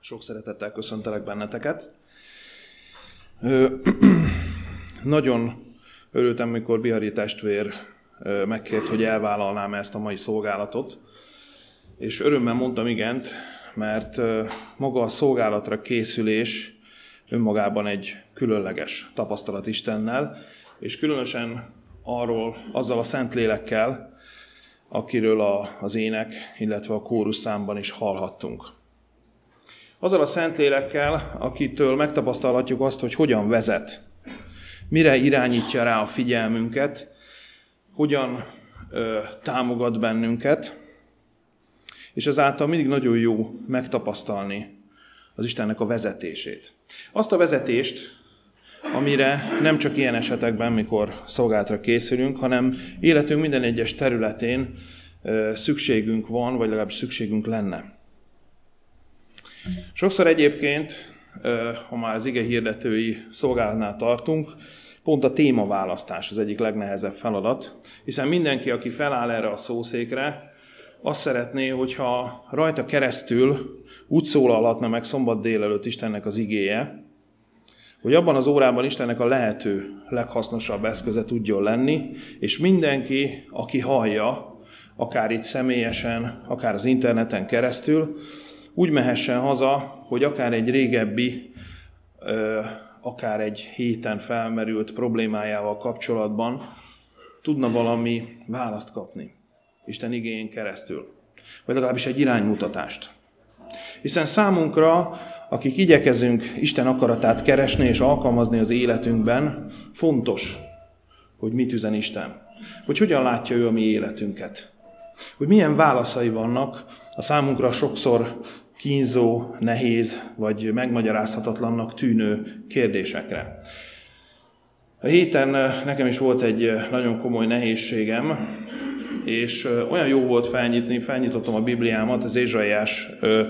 Sok szeretettel köszöntelek benneteket. Nagyon örültem, mikor Bihari testvér megkért, hogy elvállalnám ezt a mai szolgálatot. És örömmel mondtam igent, mert maga a szolgálatra készülés önmagában egy különleges tapasztalat Istennel, és különösen azzal a Szentlélekkel, akiről az ének, illetve a kórus számban is hallhattunk. Azzal a Szentlélekkel, akitől megtapasztalhatjuk azt, hogy hogyan vezet, mire irányítja rá a figyelmünket, hogyan támogat bennünket, és ezáltal mindig nagyon jó megtapasztalni az Istennek a vezetését. Azt a vezetést, amire nem csak ilyen esetekben, mikor szolgálatra készülünk, hanem életünk minden egyes területén szükségünk van, vagy legalábbis szükségünk lenne. Sokszor egyébként, ha már az ige hirdetői szolgálatnál tartunk, pont a témaválasztás az egyik legnehezebb feladat, hiszen mindenki, aki feláll erre a szószékre, azt szeretné, hogyha rajta keresztül úgy szólalhatna meg szombat délelőtt Istennek az igéje, hogy abban az órában Istennek a lehető leghasznosabb eszköze tudjon lenni, és mindenki, aki hallja, akár itt személyesen, akár az interneten keresztül, úgy mehessen haza, hogy akár egy régebbi, akár egy héten felmerült problémájával kapcsolatban tudna valami választ kapni Isten igéjén keresztül, vagy legalábbis egy iránymutatást. Hiszen számunkra, akik igyekezünk Isten akaratát keresni és alkalmazni az életünkben, fontos, hogy mit üzen Isten, hogy hogyan látja ő a mi életünket, hogy milyen válaszai vannak a számunkra sokszor kínzó, nehéz vagy megmagyarázhatatlannak tűnő kérdésekre. A héten nekem is volt egy nagyon komoly nehézségem, és olyan jó volt felnyitottam a Bibliámat, az Ézsaiás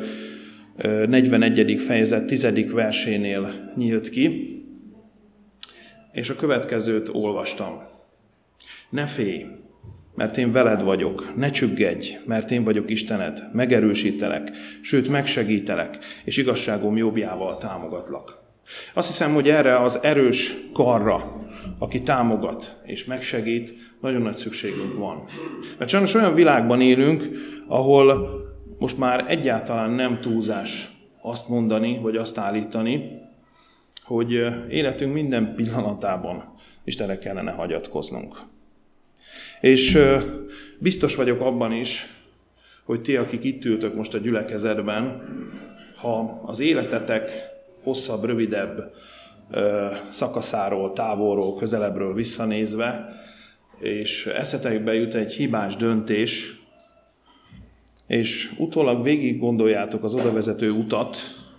41. fejezet 10. versénél nyílt ki, és a következőt olvastam. Ne félj, mert én veled vagyok, ne csüggedj, mert én vagyok Istened, megerősítelek, sőt megsegítelek, és igazságom jobbjával támogatlak. Azt hiszem, hogy erre az erős karra, aki támogat és megsegít, nagyon nagy szükségünk van. Mert sajnos olyan világban élünk, ahol most már egyáltalán nem túlzás azt mondani, vagy azt állítani, hogy életünk minden pillanatában Istenre kellene hagyatkoznunk. És biztos vagyok abban is, hogy ti, akik itt ültök most a gyülekezetben, ha az életetek hosszabb, rövidebb szakaszáról, távolról, közelebbről visszanézve, és eszetekbe jut egy hibás döntés, és utólag végig gondoljátok az odavezető utat,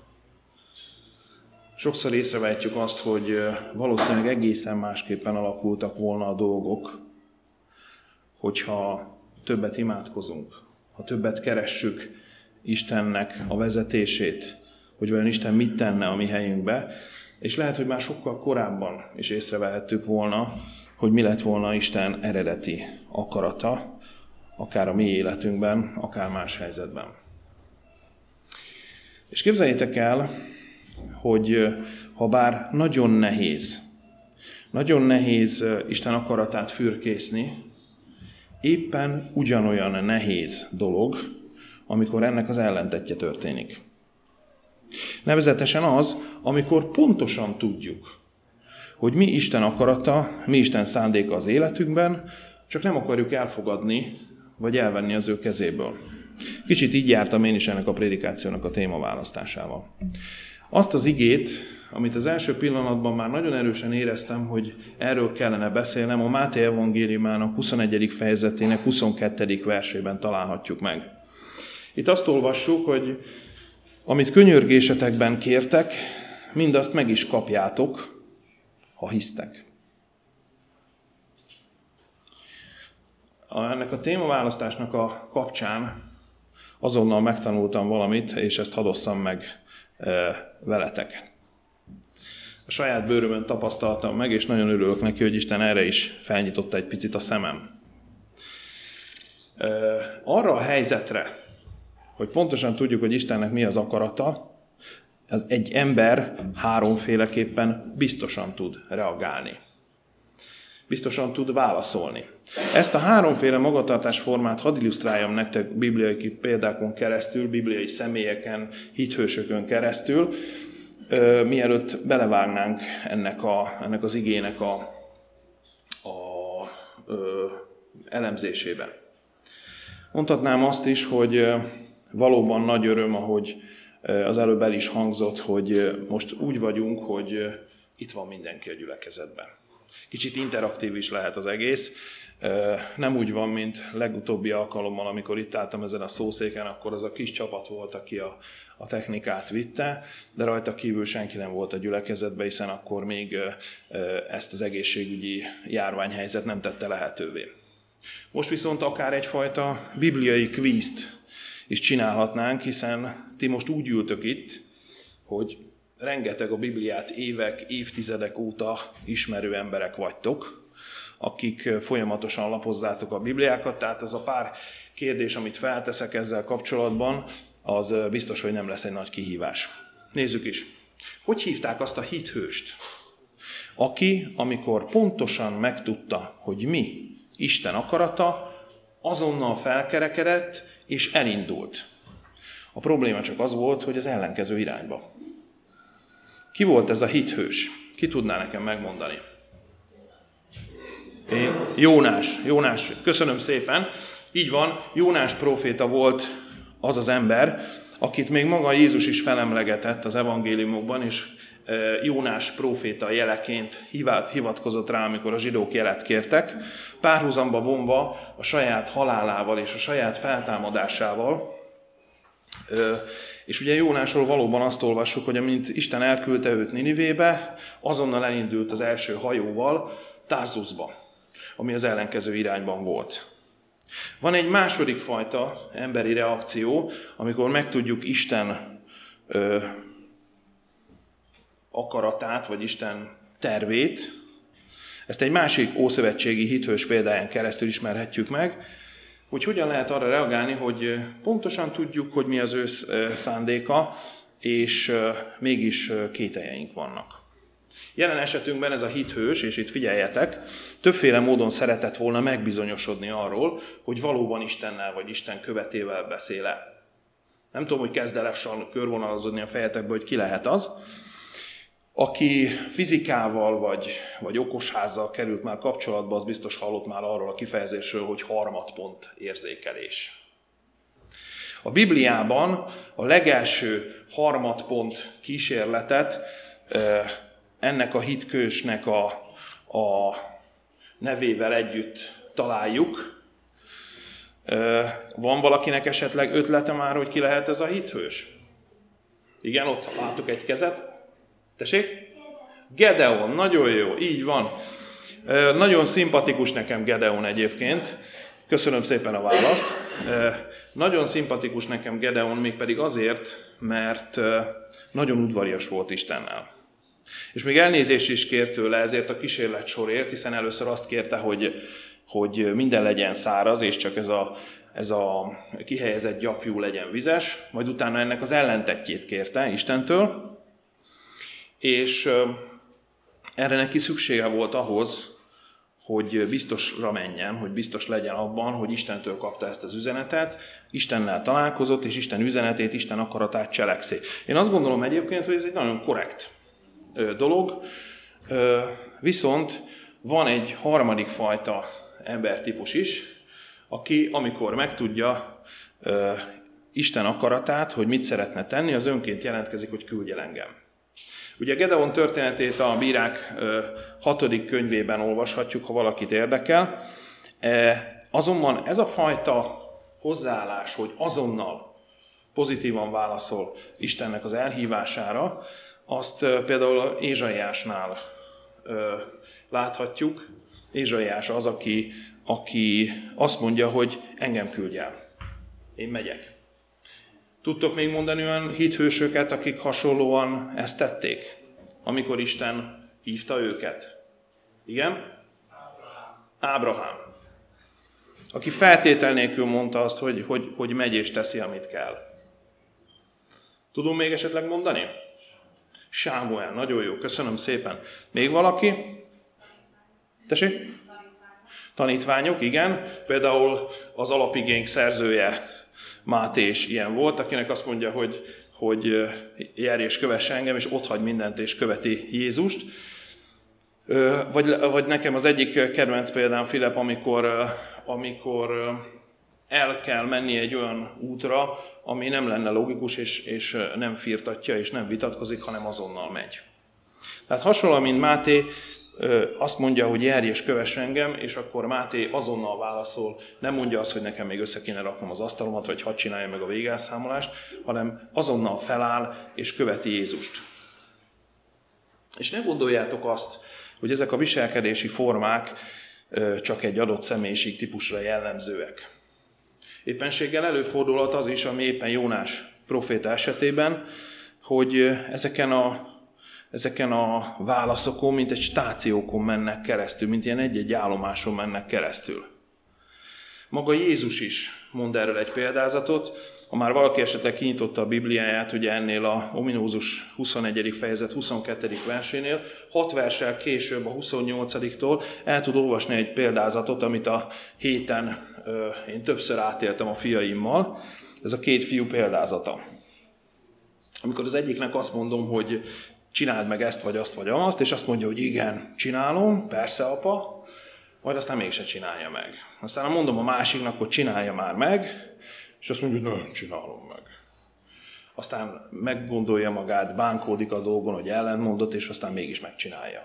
sokszor észrevehetjük azt, hogy valószínűleg egészen másképpen alakultak volna a dolgok, hogyha többet imádkozunk, ha többet keressük Istennek a vezetését, hogy vajon Isten mit tenne a mi helyünkbe, és lehet, hogy már sokkal korábban is észrevehettük volna, hogy mi lett volna Isten eredeti akarata, akár a mi életünkben, akár más helyzetben. És képzeljétek el, hogy ha bár nagyon nehéz Isten akaratát fürkészni, éppen ugyanolyan nehéz dolog, amikor ennek az ellentetje történik. Nevezetesen az, amikor pontosan tudjuk, hogy mi Isten akarata, mi Isten szándéka az életünkben, csak nem akarjuk elfogadni, vagy elvenni az ő kezéből. Kicsit így jártam én is ennek a prédikációnak a témaválasztásával. Azt az igét, amit az első pillanatban már nagyon erősen éreztem, hogy erről kellene beszélnem, a Máté evangéliumának 21. fejezetének 22. versében találhatjuk meg. Itt azt olvassuk, hogy amit könyörgésetekben kértek, mindazt meg is kapjátok, ha hisztek. Ennek a témaválasztásnak a kapcsán azonnal megtanultam valamit, és ezt hadd osszam meg veletek. A saját bőrömön tapasztaltam meg, és nagyon örülök neki, hogy Isten erre is felnyitotta egy picit a szemem. Arra a helyzetre, hogy pontosan tudjuk, hogy Istennek mi az akarata, egy ember háromféleképpen biztosan tud reagálni. Biztosan tud válaszolni. Ezt a háromféle magatartásformát hadd illusztráljam nektek bibliai példákon keresztül, bibliai személyeken, hithősökön keresztül, mielőtt belevágnánk ennek az igének a elemzésébe. Mondhatnám azt is, hogy valóban nagy öröm, ahogy az előbb el is hangzott, hogy most úgy vagyunk, hogy itt van mindenki a gyülekezetben. Kicsit interaktív is lehet az egész. Nem úgy van, mint legutóbbi alkalommal, amikor itt álltam ezen a szószéken, akkor az a kis csapat volt, aki a technikát vitte, de rajta kívül senki nem volt a gyülekezetben, hiszen akkor még ezt az egészségügyi járványhelyzet nem tette lehetővé. Most viszont akár egyfajta bibliai kvízt is csinálhatnánk, hiszen ti most úgy ültök itt, hogy rengeteg a Bibliát évek, évtizedek óta ismerő emberek vagytok, akik folyamatosan lapozzátok a Bibliákat, tehát az a pár kérdés, amit felteszek ezzel kapcsolatban, az biztos, hogy nem lesz egy nagy kihívás. Nézzük is. Hogy hívták azt a hithőst, aki, amikor pontosan megtudta, hogy mi Isten akarata, azonnal felkerekedett és elindult. A probléma csak az volt, hogy az ellenkező irányba. Ki volt ez a hithős? Ki tudná nekem megmondani? Jónás, köszönöm szépen. Így van, Jónás próféta volt az az ember, akit még maga Jézus is felemlegetett az evangéliumokban, és Jónás próféta jeleként hivatkozott rá, amikor a zsidók jelet kértek, párhuzamba vonva a saját halálával és a saját feltámadásával. És ugye Jónásról valóban azt olvassuk, hogy amint Isten elküldte őt Ninivébe, azonnal elindult az első hajóval Tarzuszba, ami az ellenkező irányban volt. Van egy második fajta emberi reakció, amikor megtudjuk Isten akaratát, vagy Isten tervét. Ezt egy másik ószövetségi hithős példáján keresztül ismerhetjük meg, hogy hogyan lehet arra reagálni, hogy pontosan tudjuk, hogy mi az ő szándéka, és mégis kételjeink vannak. Jelen esetünkben ez a hithős, és itt figyeljetek, többféle módon szeretett volna megbizonyosodni arról, hogy valóban Istennel vagy Isten követével beszél-e. Nem tudom, hogy kezd el lassan körvonalazódni a fejetekbe, hogy ki lehet az, aki fizikával vagy okosházzal került már kapcsolatba, az biztos hallott már arról a kifejezésről, hogy harmadpont érzékelés. A Bibliában a legelső harmadpont kísérletet ennek a hitkősnek a nevével együtt találjuk. Van valakinek esetleg ötlete már, hogy ki lehet ez a hithős? Igen, ott látok egy kezet. Tessék? Gedeon, nagyon jó, így van. Nagyon szimpatikus nekem Gedeon egyébként. Köszönöm szépen a választ. Nagyon szimpatikus nekem Gedeon, mégpedig azért, mert nagyon udvarias volt Istennel. És még elnézést is kért tőle ezért a kísérlet sorért, hiszen először azt kérte, hogy minden legyen száraz, és csak ez a kihelyezett gyapjú legyen vizes, majd utána ennek az ellentettjét kérte Istentől, és erre neki szüksége volt ahhoz, hogy biztosra menjen, hogy biztos legyen abban, hogy Istentől kapta ezt az üzenetet, Istennel találkozott, és Isten üzenetét, Isten akaratát cselekszi. Én azt gondolom egyébként, hogy ez egy nagyon korrekt dolog, viszont van egy harmadik fajta embertípus is, aki amikor megtudja Isten akaratát, hogy mit szeretne tenni, az önként jelentkezik, hogy küldj el engem. Ugye Gedeon történetét a Bírák 6. könyvében olvashatjuk, ha valakit érdekel. Azonban ez a fajta hozzáállás, hogy azonnal pozitívan válaszol Istennek az elhívására, azt például Ézsaiásnál láthatjuk. Ézsaiás az, aki azt mondja, hogy engem küldj el. Én megyek. Tudtok még mondani olyan hithősöket, akik hasonlóan ezt tették, amikor Isten hívta őket? Igen? Ábrahám. Aki feltétel nélkül mondta azt, hogy megy és teszi, amit kell. Tudom még esetleg mondani? Sámuel, nagyon jó, köszönöm szépen. Még valaki? Tessék? Tanítványok, igen. Például az alapigénk szerzője Máté is ilyen volt, akinek azt mondja, hogy járj és kövess engem, és otthagy mindent és követi Jézust. Vagy nekem az egyik kedvenc példám Filip, amikor el kell menni egy olyan útra, ami nem lenne logikus, és nem firtatja, és nem vitatkozik, hanem azonnal megy. Tehát hasonlóan, mint Máté, azt mondja, hogy járj és kövess engem, és akkor Máté azonnal válaszol, nem mondja azt, hogy nekem még össze kéne raknom az asztalomat, vagy hadd csinálja meg a végelszámolást, hanem azonnal feláll és követi Jézust. És ne gondoljátok azt, hogy ezek a viselkedési formák csak egy adott személyiség típusra jellemzőek. Éppenséggel előfordulhat az is, ami éppen Jónás proféta esetében, hogy ezeken a válaszokon, mint egy stációkon mennek keresztül, mint ilyen egy-egy állomáson mennek keresztül. Maga Jézus is mond erről egy példázatot. Ha már valaki esetleg kinyitotta a Bibliáját, ugye ennél a ominózus 21. fejezet 22. versénél, 6 verssel később a 28-tól el tud olvasni egy példázatot, amit a héten én többször átéltem a fiaimmal. Ez a 2 fiú példázata. Amikor az egyiknek azt mondom, hogy csináld meg ezt, vagy azt, vagy azt, és azt mondja, hogy igen, csinálom, persze, apa, majd aztán mégse csinálja meg. Aztán mondom a másiknak, hogy csinálja már meg, és azt mondja, hogy nem csinálom meg. Aztán meggondolja magát, bánkódik a dolgon, hogy ellentmondott, és aztán mégis megcsinálja.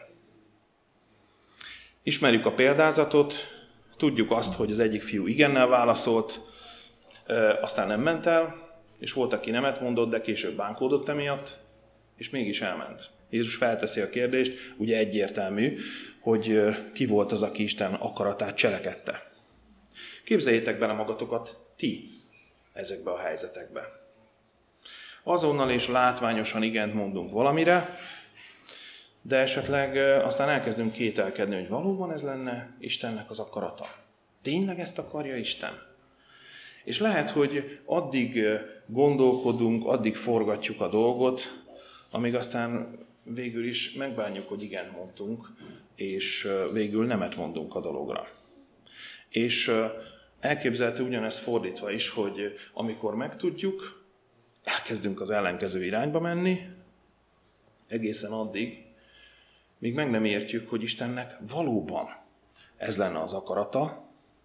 Ismerjük a példázatot, tudjuk azt, hogy az egyik fiú igennel válaszolt, aztán nem ment el, és volt, aki nemet mondott, de később bánkódott emiatt, és mégis elment. Jézus felteszi a kérdést, ugye egyértelmű, hogy ki volt az, aki Isten akaratát cselekedte. Képzeljétek bele magatokat ti ezekbe a helyzetekbe. Azonnal és látványosan igent mondunk valamire, de esetleg aztán elkezdünk kételkedni, hogy valóban ez lenne Istennek az akarata. Tényleg ezt akarja Isten? És lehet, hogy addig gondolkodunk, addig forgatjuk a dolgot, amíg aztán végül is megbánjuk, hogy igen mondtunk, és végül nemet mondunk a dologra. És elképzelhető ugyanezt fordítva is, hogy amikor megtudjuk, elkezdünk az ellenkező irányba menni, egészen addig, míg meg nem értjük, hogy Istennek valóban ez lenne az akarata,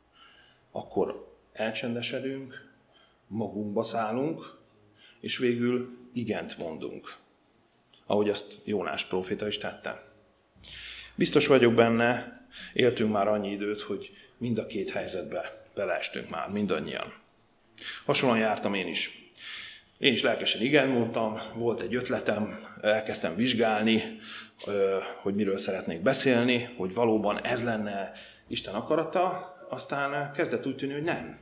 akkor elcsendesedünk, magunkba szállunk, és végül igent mondunk, ahogy azt Jónás próféta is tette. Biztos vagyok benne, éltünk már annyi időt, hogy mind a 2 helyzetbe beleestünk már, mindannyian. Hasonlóan jártam én is. Én is lelkesen igen mondtam, volt egy ötletem, elkezdtem vizsgálni, hogy miről szeretnék beszélni, hogy valóban ez lenne Isten akarata, aztán kezdett úgy tűnni, hogy nem.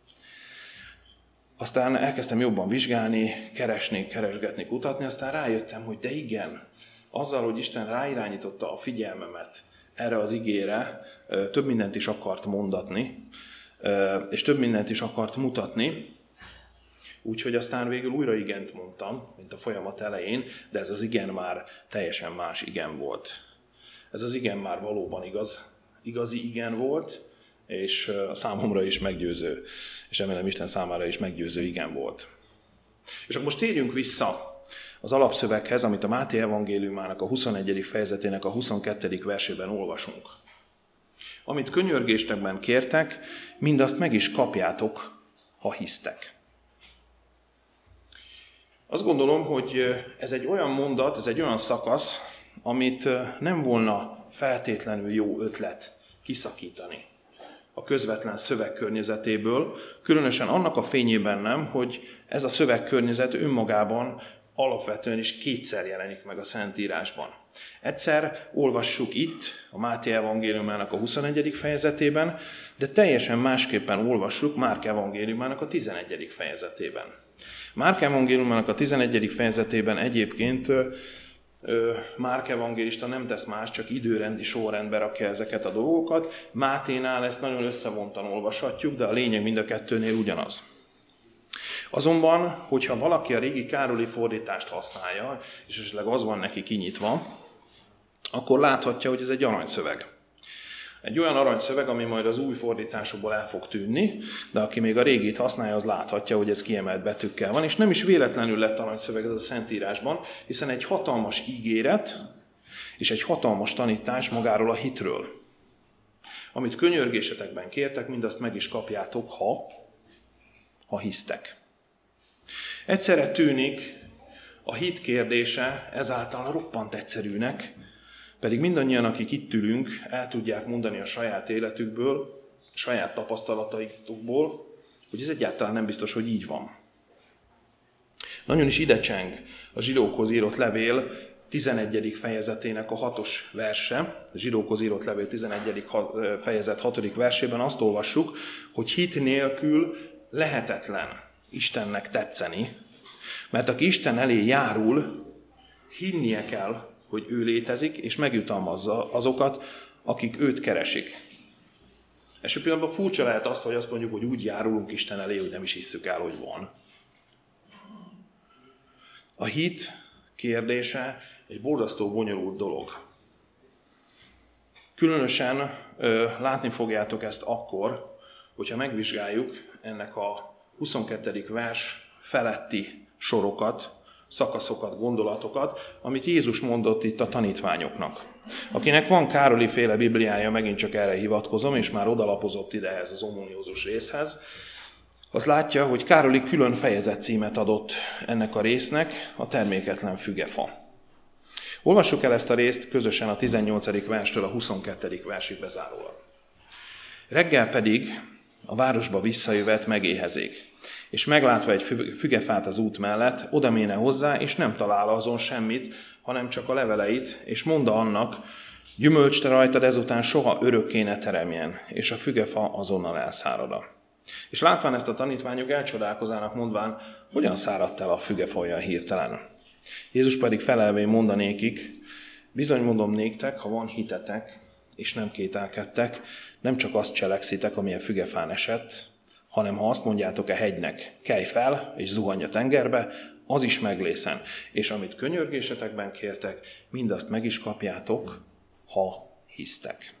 Aztán elkezdtem jobban vizsgálni, keresgetni, kutatni, aztán rájöttem, hogy de igen, azzal, hogy Isten ráirányította a figyelmemet erre az igére, több mindent is akart mondatni, és több mindent is akart mutatni, úgyhogy aztán végül újra igent mondtam, mint a folyamat elején, de ez az igen már teljesen más igen volt. Ez az igen már valóban igazi igen volt, és számomra is meggyőző, és remélem Isten számára is meggyőző igen volt. És akkor most térjünk vissza az alapszöveghez, amit a Máté evangéliumának a 21. fejezetének a 22. versében olvasunk. Amit könyörgéstekben kértek, mindazt meg is kapjátok, ha hisztek. Azt gondolom, hogy ez egy olyan mondat, ez egy olyan szakasz, amit nem volna feltétlenül jó ötlet kiszakítani a közvetlen szövegkörnyezetéből, különösen annak a fényében nem, hogy ez a szövegkörnyezet önmagában alapvetően is 2-szer jelenik meg a Szentírásban. Egyszer olvassuk itt, a Máté evangéliumának a 21. fejezetében, de teljesen másképpen olvassuk Márk evangéliumának a 11. fejezetében. Márk evangéliumának a 11. fejezetében egyébként Márk evangélista nem tesz más, csak időrendi sorrendbe rakja ezeket a dolgokat. Máténál ezt nagyon összevontan olvashatjuk, de a lényeg mind a kettőnél ugyanaz. Azonban, hogyha valaki a régi Károli fordítást használja, és esetleg az van neki kinyitva, akkor láthatja, hogy ez egy aranyszöveg. Egy olyan aranyszöveg, ami majd az új fordításokból el fog tűnni, de aki még a régit használja, az láthatja, hogy ez kiemelt betűkkel van, és nem is véletlenül lett aranyszöveg ez a Szentírásban, hiszen egy hatalmas ígéret és egy hatalmas tanítás magáról a hitről. Amit könyörgésetekben kértek, mindazt meg is kapjátok, ha hisztek. Egyszerre tűnik a hit kérdése ezáltal roppant egyszerűnek, pedig mindannyian, akik itt ülünk, el tudják mondani a saját életükből, a saját tapasztalataikból, hogy ez egyáltalán nem biztos, hogy így van. Nagyon is idecseng a zsidókhoz írott levél 11. fejezetének a 6. verse. A zsidókhoz írott levél 11. fejezet 6. versében azt olvassuk, hogy hit nélkül lehetetlen Istennek tetszeni, mert aki Isten elé járul, hinnie kell, hogy ő létezik, és megjutalmazza azokat, akik őt keresik. Első pillanatban furcsa lehet azt, hogy azt mondjuk, hogy úgy járulunk Isten elé, hogy nem is hisszük el, hogy van. A hit kérdése egy borzasztó bonyolult dolog. Különösen látni fogjátok ezt akkor, hogyha megvizsgáljuk ennek a 22. vers feletti sorokat, szakaszokat, gondolatokat, amit Jézus mondott itt a tanítványoknak. Akinek van Károli féle Bibliája, megint csak erre hivatkozom, és már odalapozott ide ehhez az omuniózus részhez, az látja, hogy Károli külön fejezetcímet adott ennek a résznek, a terméketlen fügefa. Olvassuk el ezt a részt közösen a 18. verstől a 22. versig bezárólag. Reggel pedig a városba visszajövet megéhezik, és meglátva egy fügefát az út mellett, odaméne hozzá, és nem talál azon semmit, hanem csak a leveleit, és mondta annak, gyümölcs te rajtad ezután soha örökké ne teremjen, és a fügefa azonnal elszárad. És látván ezt a tanítványok elcsodálkozának mondván, hogyan száradt el a fügefa olyan hirtelen. Jézus pedig felelvén mondanékik, bizony mondom néktek, ha van hitetek, és nem kételkedtek, nem csak azt cselekszitek, ami a fügefán esett, hanem ha azt mondjátok a hegynek, kelj fel, és zuhanj a tengerbe, az is meglészen. És amit könyörgésetekben kértek, mindazt meg is kapjátok, ha hisztek.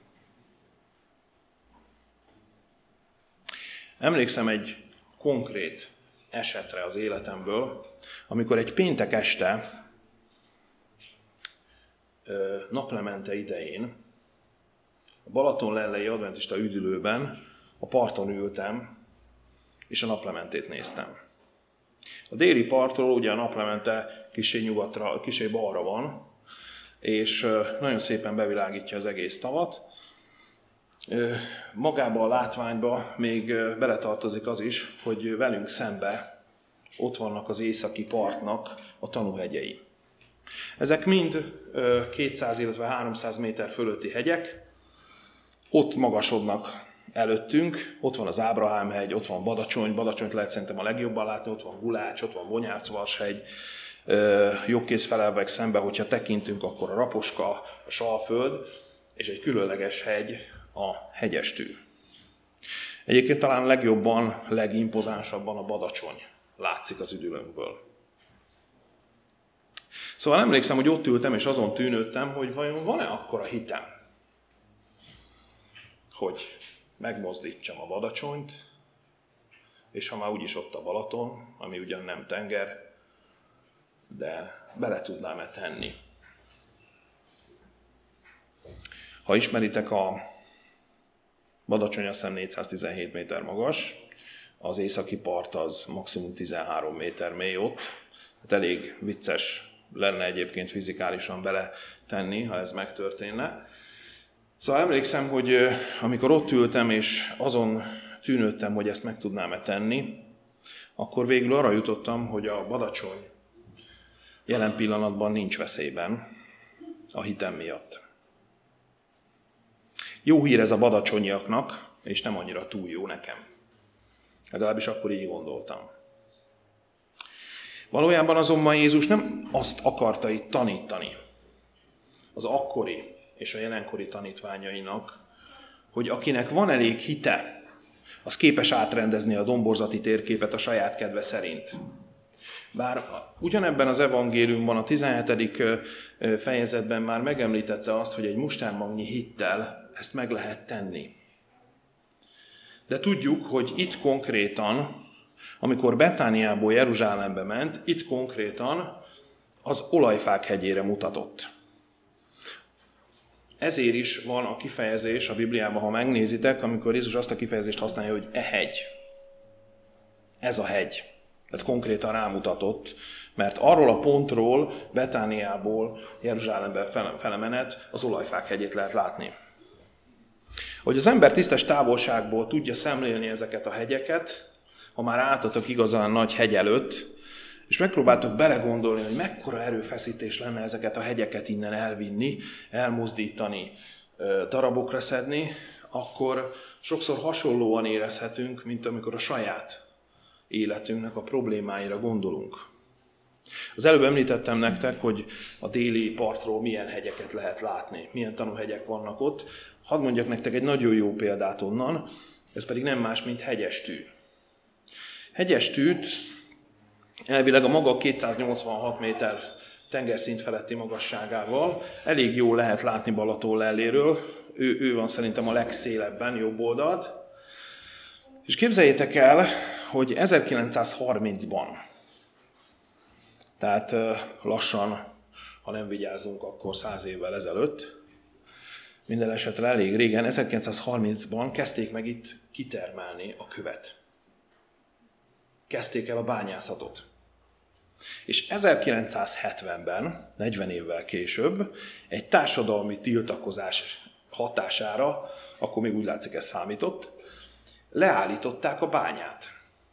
Emlékszem egy konkrét esetre az életemből, amikor egy péntek este, naplemente idején, a Balatonlellei adventista üdülőben a parton ültem, és a naplementét néztem. A déli partról ugye a naplemente kissé nyugatra, kissé balra van, és nagyon szépen bevilágítja az egész tavat. Magába a látványba még beletartozik az is, hogy velünk szembe ott vannak az északi partnak a tanúhegyei. Ezek mind 200, illetve 300 méter fölötti hegyek, ott magasodnak előttünk, ott van az Ábrahám-hegy, ott van Badacsony, Badacsonyt lehet szerintem a legjobban látni, ott van Gulács, ott van Bonyárc-Vas-hegy, jobbkész felelvek szembe, hogyha tekintünk, akkor a Raposka, a Salföld, és egy különleges hegy, a Hegyestű. Egyébként talán legjobban, legimpozánsabban a Badacsony látszik az üdülőnkből. Szóval emlékszem, hogy ott ültem, és azon tűnődtem, hogy vajon van-e akkora hitem, hogy megmozdítsam a Badacsonyt, és ha már úgyis ott a Balaton, ami ugyan nem tenger, de bele tudnám-e tenni. Ha ismeritek, a Badacsony azt hiszem 417 méter magas, az északi part az maximum 13 méter mély ott. Hát elég vicces lenne egyébként fizikálisan bele tenni, ha ez megtörténne. Szóval emlékszem, hogy amikor ott ültem és azon tűnődtem, hogy ezt meg tudnám-e tenni, akkor végül arra jutottam, hogy a Badacsony jelen pillanatban nincs veszélyben a hitem miatt. Jó hír ez a badacsonyiaknak, és nem annyira túl jó nekem. Legalábbis akkor így gondoltam. Valójában azonban Jézus nem azt akarta itt tanítani az akkori és a jelenkori tanítványainak, hogy akinek van elég hite, Az képes átrendezni a domborzati térképet a saját kedve szerint. Bár ugyanebben az evangéliumban, a 17. fejezetben már megemlítette azt, hogy egy mustármagnyi hittel ezt meg lehet tenni. De tudjuk, hogy itt konkrétan, amikor Betániából Jeruzsálembe ment, itt konkrétan az olajfák hegyére mutatott. Ezért is van a kifejezés a Bibliában, ha megnézitek, amikor Jézus azt a kifejezést használja, hogy e hegy. Ez a hegy. Tehát konkrétan rámutatott, mert arról a pontról, Betániából Jeruzsálembe felemenet, az olajfák hegyét lehet látni. Hogy az ember tisztes távolságból tudja szemlélni ezeket a hegyeket, ha már álltatok igazán nagy hegy előtt, és megpróbáltok belegondolni, hogy mekkora erőfeszítés lenne ezeket a hegyeket innen elvinni, elmozdítani, darabokra szedni, akkor sokszor hasonlóan érezhetünk, mint amikor a saját életünknek a problémáira gondolunk. Az előbb említettem nektek, hogy a déli partról milyen hegyeket lehet látni, milyen tanúhegyek vannak ott. Hadd mondjak nektek egy nagyon jó példát onnan, ez pedig nem más, mint Hegyestű. Hegyestűt elvileg a maga 286 méter tengerszint feletti magasságával elég jól lehet látni Balaton lelléről. Ő van szerintem a legszélebben, jobb oldalt. És képzeljétek el, hogy 1930-ban, tehát lassan, ha nem vigyázunk, akkor 100 évvel ezelőtt, minden esetre elég régen, 1930-ban kezdték meg itt kitermelni a követ. Kezdték el a bányászatot. És 1970-ben, 40 évvel később, egy társadalmi tiltakozás hatására, akkor még úgy látszik, ez számított, leállították a bányát.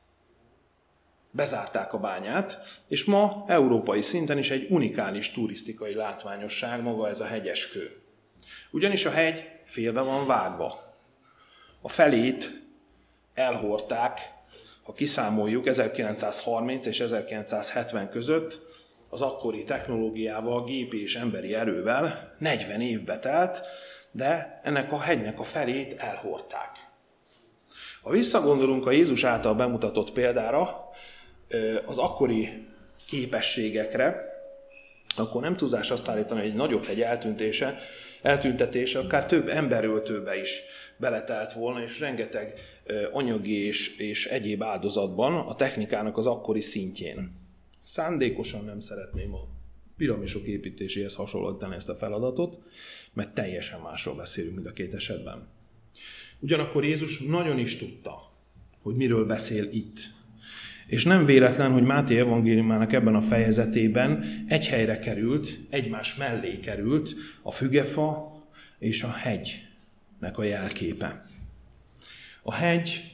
Bezárták a bányát, és ma európai szinten is egy unikális turisztikai látványosság maga ez a hegyeskő. Ugyanis a hegy félbe van vágva. A felét elhordták, ha kiszámoljuk 1930 és 1970 között, az akkori technológiával, gépi és emberi erővel 40 évbe telt, de ennek a hegynek a felét elhordták. Ha visszagondolunk a Jézus által bemutatott példára, az akkori képességekre, akkor nem túlzás azt állítani, hogy egy nagyobb hegy eltüntetése akár több emberöltőbe is beletelt volna, és rengeteg anyagi és egyéb áldozatban a technikának az akkori szintjén. Szándékosan nem szeretném a piramisok építéséhez hasonlítani ezt a feladatot, mert teljesen másról beszélünk, mint a két esetben. Ugyanakkor Jézus nagyon is tudta, hogy miről beszél itt. És nem véletlen, hogy Máté evangéliumának ebben a fejezetében egy helyre került, egymás mellé került a fügefa és a hegynek a jelképe. A hegy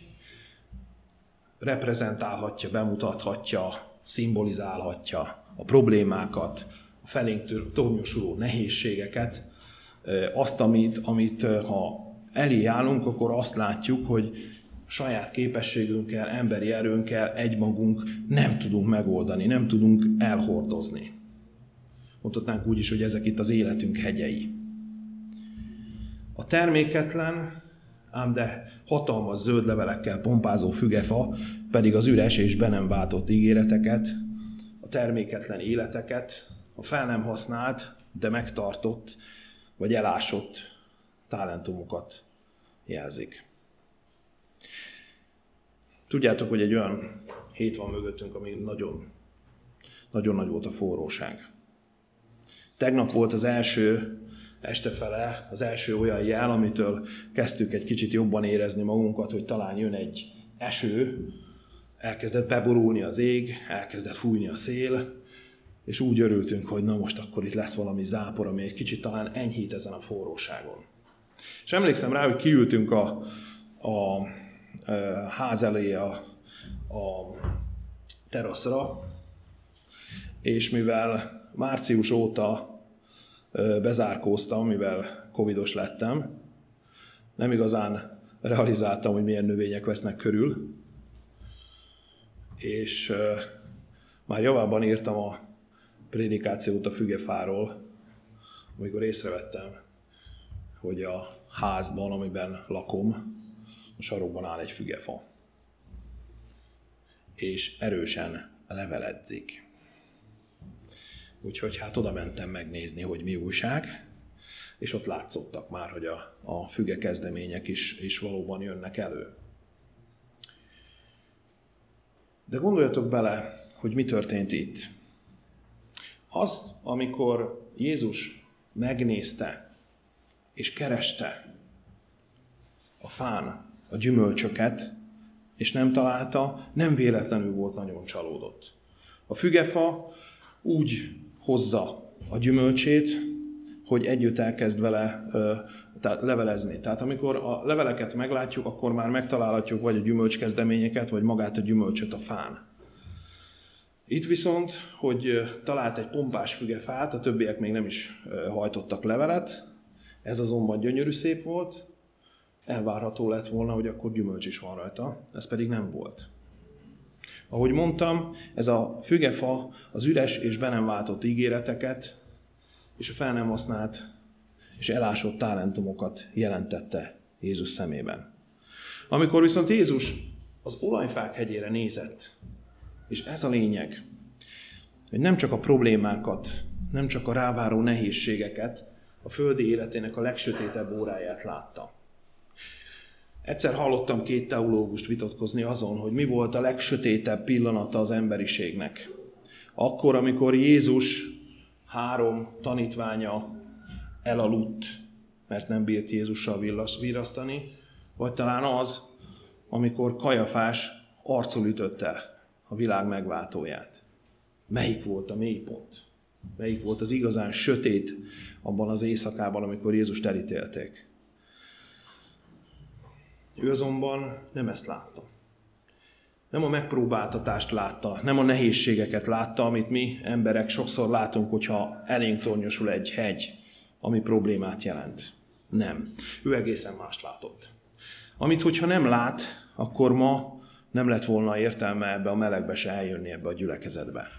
reprezentálhatja, bemutathatja, szimbolizálhatja a problémákat, a felénk tornyosuló nehézségeket, azt, amit ha elé állunk, akkor azt látjuk, hogy saját képességünkkel, emberi erőnkkel egymagunk nem tudunk megoldani, nem tudunk elhordozni. Mondhatnánk úgy is, hogy ezek itt az életünk hegyei. A terméketlen, ám de hatalmas zöld levelekkel pompázó fügefa pedig az üres és be nem váltott ígéreteket, a terméketlen életeket, a fel nem használt, de megtartott vagy elásott talentumokat jelzik. Tudjátok, hogy egy olyan hét van mögöttünk, ami nagyon nagy volt a forróság. Tegnap volt az első estefele, az első olyan jel, amitől kezdtük egy kicsit jobban érezni magunkat, hogy talán jön egy eső, elkezdett beborulni az ég, elkezdett fújni a szél, és úgy örültünk, hogy na most akkor itt lesz valami zápor, ami egy kicsit talán enyhít ezen a forróságon. És emlékszem rá, hogy kiültünk a ház elé a teraszra, és mivel március óta bezárkóztam, mivel covidos lettem, nem igazán realizáltam, hogy milyen növények vesznek körül, és már javában írtam a prédikációt a fügefáról, amikor észrevettem, hogy a házban, amiben lakom, a sarokban áll egy fügefa, és erősen leveledzik. Úgyhogy hát oda mentem megnézni, hogy mi újság, és ott látszottak már, hogy a füge kezdemények is valóban jönnek elő. De gondoljatok bele, hogy mi történt itt. Azt, amikor Jézus megnézte és kereste a fán a gyümölcsöket, és nem találta, nem véletlenül volt nagyon csalódott. A fügefa úgy hozza a gyümölcsét, hogy együtt elkezd vele levelezni. Tehát amikor a leveleket meglátjuk, akkor már megtalálhatjuk vagy a gyümölcskezdeményeket, vagy magát a gyümölcsöt a fán. Itt viszont, hogy talált egy pompás fügefát, a többiek még nem is hajtottak levelet, ez azonban gyönyörű szép volt, elvárható lett volna, hogy akkor gyümölcs is van rajta, ez pedig nem volt. Ahogy mondtam, ez a fügefa az üres és be nem váltott ígéreteket, és a fel nem használt és elásott talentumokat jelentette Jézus szemében. Amikor viszont Jézus az olajfák hegyére nézett, és ez a lényeg, hogy nem csak a problémákat, nem csak a ráváró nehézségeket, a földi életének a legsötétebb óráját látta. Egyszer hallottam 2 teológust vitatkozni azon, hogy mi volt a legsötétebb pillanata az emberiségnek. Akkor, amikor Jézus 3 tanítványa elaludt, mert nem bírt Jézussal virasztani, vagy talán az, amikor Kajafás arcul ütötte a világ megváltóját. Melyik volt a mélypont? Melyik volt az igazán sötét abban az éjszakában, amikor Jézust elítélték? Ő azonban nem ezt látta. Nem a megpróbáltatást látta, nem a nehézségeket látta, amit mi emberek sokszor látunk, hogyha elénk tornyosul egy hegy, ami problémát jelent. Nem. Ő egészen mást látott. Amit, hogyha nem lát, akkor ma nem lett volna értelme ebbe a melegbe se eljönni ebbe a gyülekezetbe.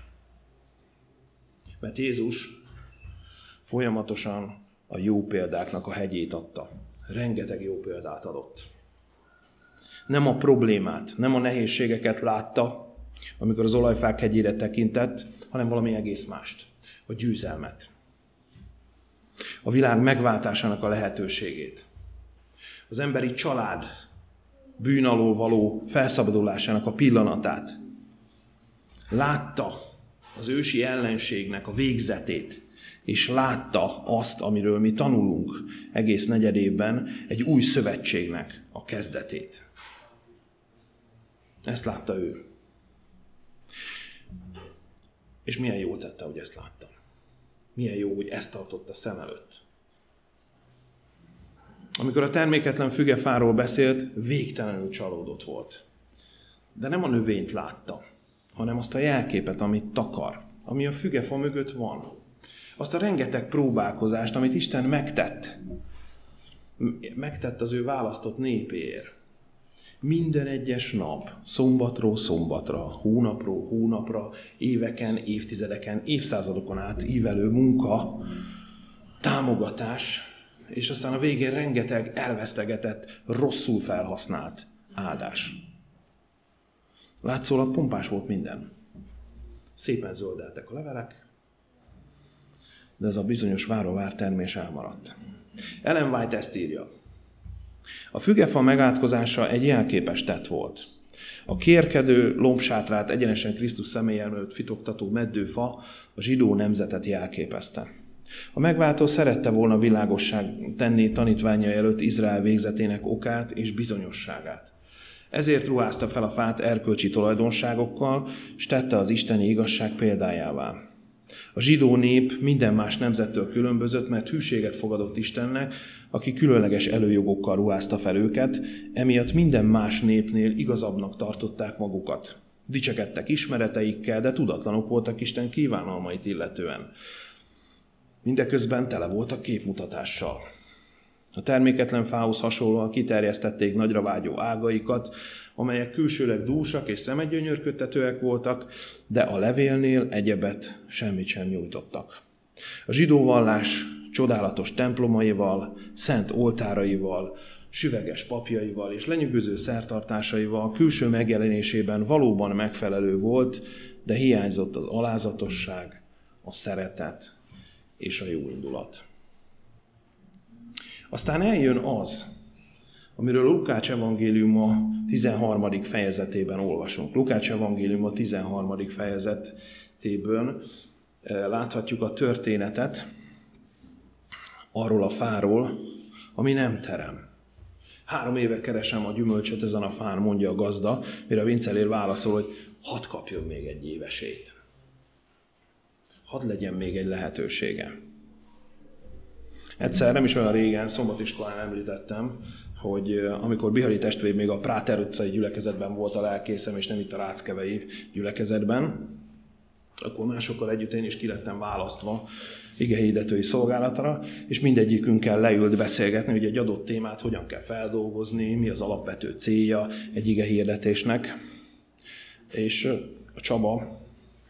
Mert Jézus folyamatosan a jó példáknak a hegyét adta. Rengeteg jó példát adott. Nem a problémát, nem a nehézségeket látta, amikor az olajfák hegyére tekintett, hanem valami egész mást. A győzelmet. A világ megváltásának a lehetőségét. Az emberi család bűn alól való felszabadulásának a pillanatát. Látta az ősi ellenségnek a végzetét, és látta azt, amiről mi tanulunk egész negyedévben, egy új szövetségnek a kezdetét. Ezt látta ő. És milyen jól tette, hogy ezt látta. Milyen jó, hogy ezt tartotta szem előtt. Amikor a terméketlen fügefáról beszélt, végtelenül csalódott volt. De nem a növényt látta, hanem azt a jelképet, amit takar, ami a fügefa mögött van. Azt a rengeteg próbálkozást, amit Isten megtett. Megtett az ő választott népéért. Minden egyes nap, szombatról szombatra, hónapról hónapra, éveken, évtizedeken, évszázadokon át ívelő munka, támogatás, és aztán a végén rengeteg elvesztegetett, rosszul felhasznált áldás. Látszólag pompás volt minden. Szépen zöldeltek a levelek, de ez a bizonyos várovár termés elmaradt. Ellen White ezt írja. A fügefa megátkozása egy jelképes tett volt. A kérkedő lombsátrát egyenesen Krisztus személye előtt fitoktató meddőfa a zsidó nemzetet jelképezte. A megváltó szerette volna világossá tenni tanítványai előtt Izrael végzetének okát és bizonyosságát. Ezért ruházta fel a fát erkölcsi tulajdonságokkal, s tette az isteni igazság példájává. A zsidó nép minden más nemzettől különbözött, mert hűséget fogadott Istennek, aki különleges előjogokkal ruházta fel őket, emiatt minden más népnél igazabbnak tartották magukat. Dicsekedtek ismereteikkel, de tudatlanok voltak Isten kívánalmait illetően. Mindeközben tele voltak képmutatással. A terméketlen fához hasonlóan kiterjesztették nagyra vágyó ágaikat, amelyek külsőleg dúsak és szemedgyönyörködtetőek voltak, de a levélnél egyebet semmit sem nyújtottak. A zsidó vallás csodálatos templomaival, szent oltáraival, süveges papjaival és lenyűgöző szertartásaival külső megjelenésében valóban megfelelő volt, de hiányzott az alázatosság, a szeretet és a jóindulat. Aztán eljön az, amiről Lukács evangéliuma 13. fejezetében olvasunk. Lukács evangéliuma 13. fejezetéből láthatjuk a történetet arról a fáról, ami nem terem. 3 éve keresem a gyümölcsöt ezen a fán, mondja a gazda, mire a vincelér válaszol, hogy hadd kapjon még egy évesét. Hadd legyen még egy lehetősége. Egyszer, nem is olyan régen, szombatiskolán említettem, hogy amikor Bihari testvér még a Práter utcai gyülekezetben volt a lelkészem, és nem itt a Ráckevei gyülekezetben, akkor másokkal együtt én is ki lettem választva igehirdetői szolgálatra, és mindegyikünkkel leült beszélgetni, hogy egy adott témát hogyan kell feldolgozni, mi az alapvető célja egy igehirdetésnek. És a Csaba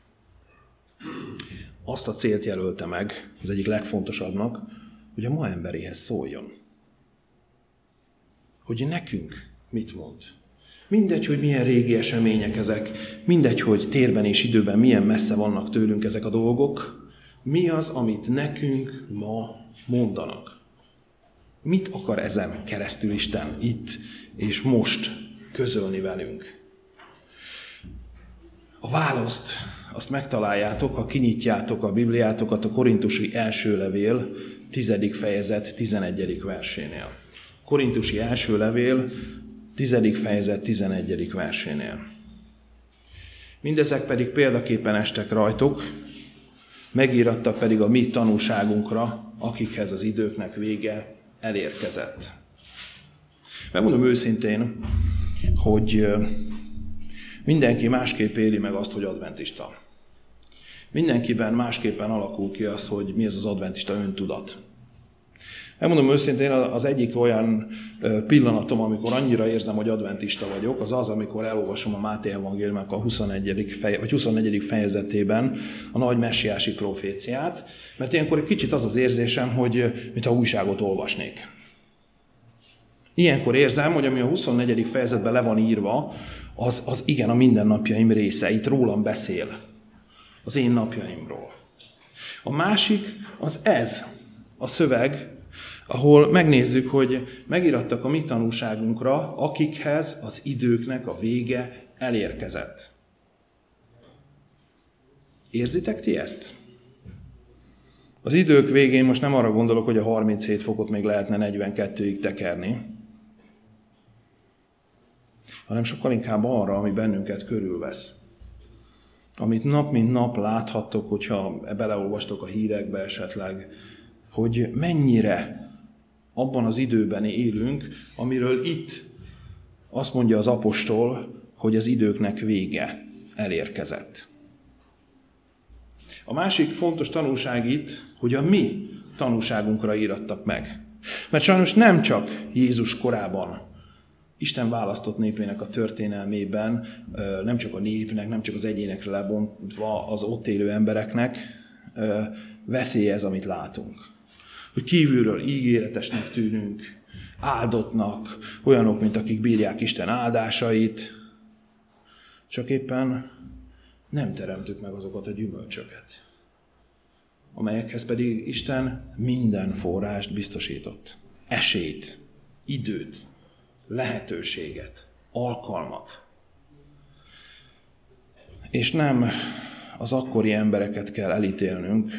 azt a célt jelölte meg, az egyik legfontosabbnak, hogy a ma emberéhez szóljon. Hogy nekünk mit mond. Mindegy, hogy milyen régi események ezek, mindegy, hogy térben és időben milyen messze vannak tőlünk ezek a dolgok, mi az, amit nekünk ma mondanak. Mit akar ezen keresztül Isten itt és most közölni velünk? A választ azt megtaláljátok, ha kinyitjátok a Bibliátokat a Korintusi első levél 10. fejezet 11. versénél. Korintusi első levél 10. fejezet 11. versénél. Mindezek pedig példaképpen estek rajtok, megírattak pedig a mi tanúságunkra, akikhez az időknek vége elérkezett. Megmondom őszintén, hogy mindenki másképp éli meg azt, hogy adventista. Mindenkiben másképpen alakul ki az, hogy mi ez az adventista öntudat. Megmondom őszintén, az egyik olyan pillanatom, amikor annyira érzem, hogy adventista vagyok, az az, amikor elolvasom a Máté evangéliumnak a 24. fejezetében a nagy messiási proféciát, mert ilyenkor egy kicsit az az érzésem, hogy mintha újságot olvasnék. Ilyenkor érzem, hogy ami a 24. fejezetben le van írva, az igen a mindennapjaim része, itt rólam beszél, az én napjaimról. A másik az ez, a szöveg, ahol megnézzük, hogy megirattak a mi tanúságunkra, akikhez az időknek a vége elérkezett. Érzitek ti ezt? Az idők végén most nem arra gondolok, hogy a 37 fokot még lehetne 42-ig tekerni, hanem sokkal inkább arra, ami bennünket körülvesz. Amit nap mint nap láthattok, hogyha beleolvastok a hírekbe esetleg, hogy mennyire abban az időben élünk, amiről itt azt mondja az apostol, hogy az időknek vége elérkezett. A másik fontos tanulság itt, hogy a mi tanúságunkra írattak meg. Mert sajnos nem csak Jézus korában, Isten választott népének a történelmében, nem csak a népnek, nem csak az egyénekre lebontva az ott élő embereknek veszély ez, amit látunk. Hogy kívülről ígéretesnek tűnünk, áldottnak, olyanok, mint akik bírják Isten áldásait, csak éppen nem teremtük meg azokat a gyümölcsöket, amelyekhez pedig Isten minden forrást biztosított. Esélyt, időt, lehetőséget, alkalmat. És nem az akkori embereket kell elítélnünk,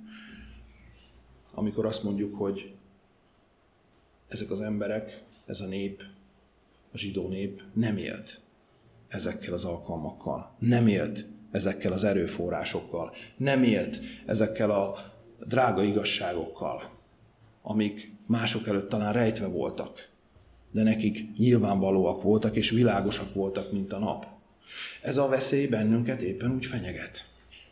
amikor azt mondjuk, hogy ezek az emberek, ez a nép, a zsidó nép nem élt ezekkel az alkalmakkal, nem élt ezekkel az erőforrásokkal, nem élt ezekkel a drága igazságokkal, amik mások előtt talán rejtve voltak, de nekik nyilvánvalóak voltak és világosak voltak, mint a nap. Ez a veszély bennünket éppen úgy fenyeget.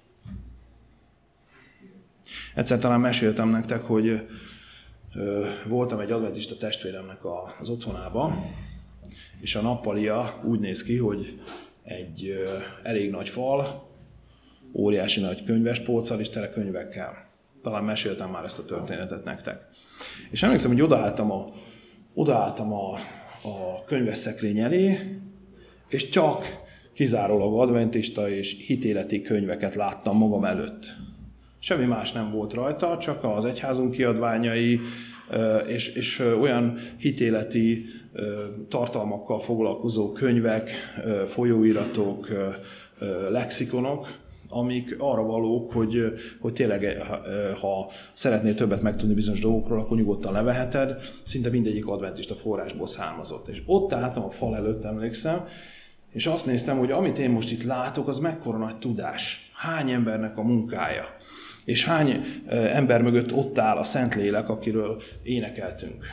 Egyszer talán meséltem nektek, hogy voltam egy adventista testvéremnek az otthonába, és a nappalia úgy néz ki, hogy egy elég nagy fal, óriási nagy könyvespolccal és tele könyvekkel. Talán meséltem már ezt a történetet nektek. És emlékszem, hogy odaálltam a odaálltam a könyvesszekrény elé, és csak kizárólag adventista és hitéleti könyveket láttam magam előtt. Semmi más nem volt rajta, csak az egyházunk kiadványai és olyan hitéleti tartalmakkal foglalkozó könyvek, folyóiratok, lexikonok, amik arra valók, hogy tényleg, ha szeretnél többet megtudni bizonyos dolgokról, akkor nyugodtan leveheted. Szinte mindegyik adventista forrásból származott. És ott álltam a fal előtt, emlékszem, és azt néztem, hogy amit én most itt látok, az mekkora nagy tudás. Hány embernek a munkája. És hány ember mögött ott áll a Szentlélek, akiről énekeltünk.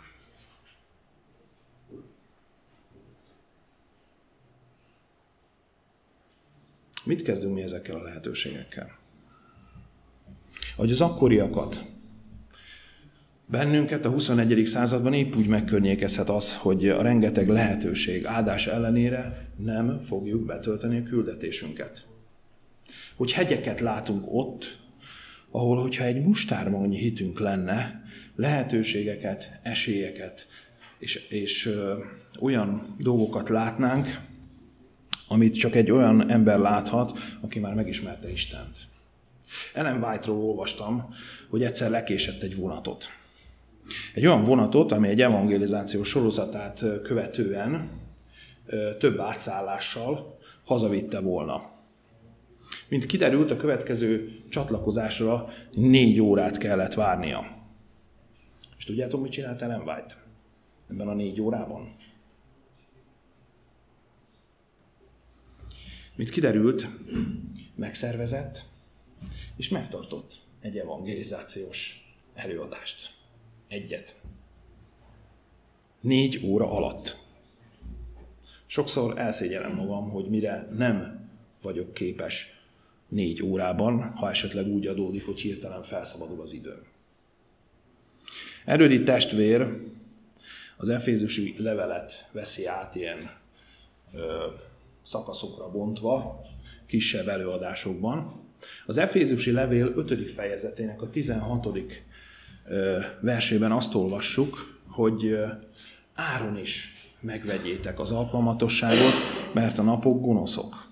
Mit kezdünk mi ezekkel a lehetőségekkel? Ahogy az akkoriakat, bennünket a 21. században épp úgy megkörnyékezhet az, hogy a rengeteg lehetőség áldás ellenére nem fogjuk betölteni a küldetésünket. Hogy hegyeket látunk ott, ahol, hogyha egy mustármagnyi hitünk lenne, lehetőségeket, esélyeket és olyan dolgokat látnánk, amit csak egy olyan ember láthat, aki már megismerte Istent. Ellen White-ról olvastam, hogy egyszer lekésett egy vonatot. Egy olyan vonatot, ami egy evangelizációs sorozatát követően több átszállással hazavitte volna. Mint kiderült, a következő csatlakozásra 4 órát kellett várnia. És tudjátok, mit csinált Ellen White ebben a 4 órában? Mint kiderült, megszervezett és megtartott egy evangelizációs előadást. Egyet. 4 óra alatt. Sokszor elszégyellem magam, hogy mire nem vagyok képes 4 órában, ha esetleg úgy adódik, hogy hirtelen felszabadul az időm. Erődi testvér az efézusi levelet veszi át ilyen szakaszokra bontva, kisebb előadásokban. Az efézusi levél 5. fejezetének a 16. versében azt olvassuk, hogy áron is megvegyétek az alkalmatosságot, mert a napok gonoszok.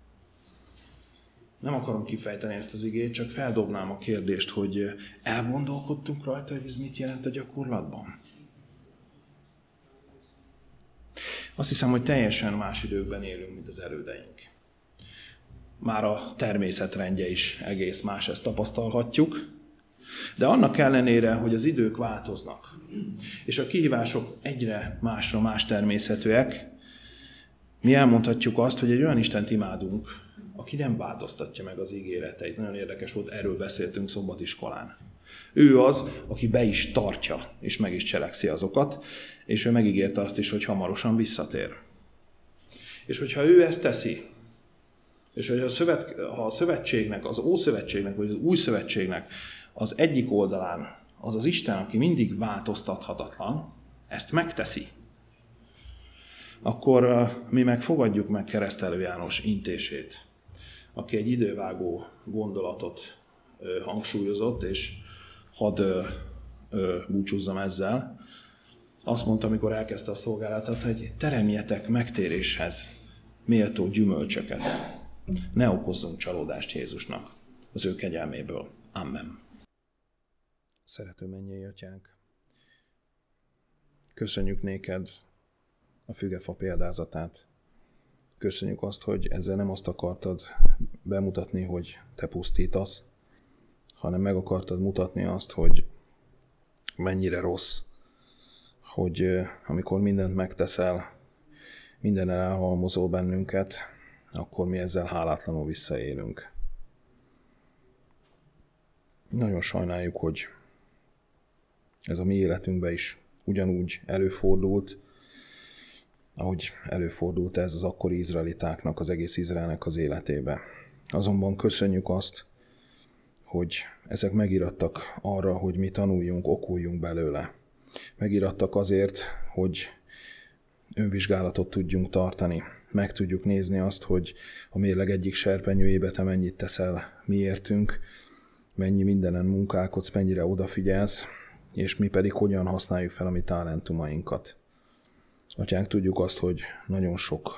Nem akarom kifejteni ezt az igét, csak feldobnám a kérdést, hogy elgondolkodtunk rajta, hogy ez mit jelent a gyakorlatban? Azt hiszem, hogy teljesen más időkben élünk, mint az elődeink. Már a természetrendje is egész más, ezt tapasztalhatjuk. De annak ellenére, hogy az idők változnak, és a kihívások egyre másra más természetűek, mi elmondhatjuk azt, hogy egy olyan Istent imádunk, aki nem változtatja meg az ígéreteit. Nagyon érdekes volt, erről beszéltünk szombatiskolán. Ő az, aki be is tartja, és meg is cselekszi azokat, és ő megígérte azt is, hogy hamarosan visszatér. És hogyha ő ezt teszi, és hogy ha a szövetségnek, az Ószövetségnek, vagy az Új Szövetségnek az egyik oldalán az az Isten, aki mindig változtathatatlan, ezt megteszi, akkor mi meg fogadjuk meg Keresztelő János intését, aki egy idővágó gondolatot hangsúlyozott, és hadd búcsúzzam ezzel. Azt mondta, amikor elkezdte a szolgálatot, hogy teremjetek megtéréshez méltó gyümölcsöket. Ne okozzunk csalódást Jézusnak az ő kegyelméből. Amen. Szerető mennyei Atyánk, köszönjük néked a fügefa példázatát. Köszönjük azt, hogy ezzel nem azt akartad bemutatni, hogy te pusztítasz, hanem meg akartad mutatni azt, hogy mennyire rossz, hogy amikor mindent megteszel, mindennel elhalmozol bennünket, akkor mi ezzel hálátlanul visszaélünk. Nagyon sajnáljuk, hogy ez a mi életünkben is ugyanúgy előfordult, ahogy előfordult ez az akkori izraelitáknak, az egész Izraelnek az életébe. Azonban köszönjük azt, hogy ezek megirattak arra, hogy mi tanuljunk, okuljunk belőle. Megirattak azért, hogy önvizsgálatot tudjunk tartani. Meg tudjuk nézni azt, hogy a mérleg egyik serpenyőjébe te mennyit teszel miértünk, mennyi mindenen munkálkodsz, mennyire odafigyelsz, és mi pedig hogyan használjuk fel a mi talentumainkat. Atyánk, tudjuk azt, hogy nagyon sok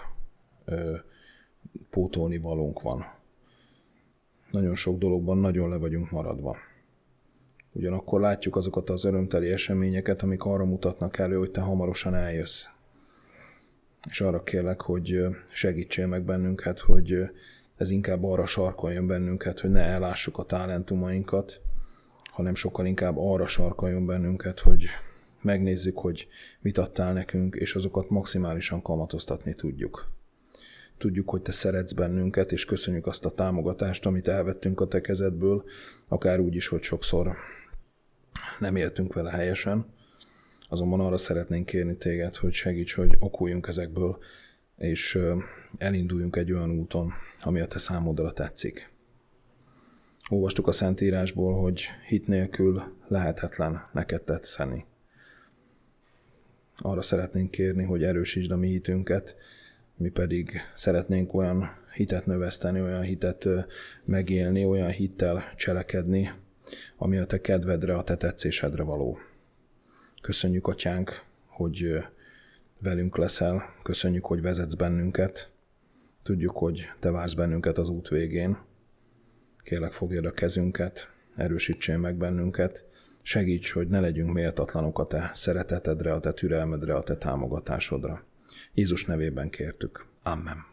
pótolni valónk van. Nagyon sok dologban nagyon le vagyunk maradva. Ugyanakkor látjuk azokat az örömteli eseményeket, amik arra mutatnak elő, hogy te hamarosan eljössz. És arra kérlek, hogy segítsél meg bennünket, hogy ez inkább arra sarkaljon bennünket, hogy ne ellássuk a talentumainkat, hanem sokkal inkább arra sarkaljon bennünket, hogy megnézzük, hogy mit adtál nekünk, és azokat maximálisan kamatoztatni tudjuk. Tudjuk, hogy te szeretsz bennünket, és köszönjük azt a támogatást, amit elvettünk a te kezedből, akár úgy is, hogy sokszor nem éltünk vele helyesen. Azonban arra szeretnénk kérni téged, hogy segíts, hogy okuljunk ezekből, és elinduljunk egy olyan úton, ami a te számodra tetszik. Olvastuk a Szentírásból, hogy hit nélkül lehetetlen neked tetszeni. Arra szeretnénk kérni, hogy erősítsd a mi hitünket, mi pedig szeretnénk olyan hitet növeszteni, olyan hitet megélni, olyan hittel cselekedni, ami a te kedvedre, a te tetszésedre való. Köszönjük, Atyánk, hogy velünk leszel, köszönjük, hogy vezetsz bennünket, tudjuk, hogy te vársz bennünket az út végén. Kérlek, fogjad a kezünket, erősítsél meg bennünket, segíts, hogy ne legyünk méltatlanok a te szeretetedre, a te türelmedre, a te támogatásodra. Jézus nevében kértük. Amen.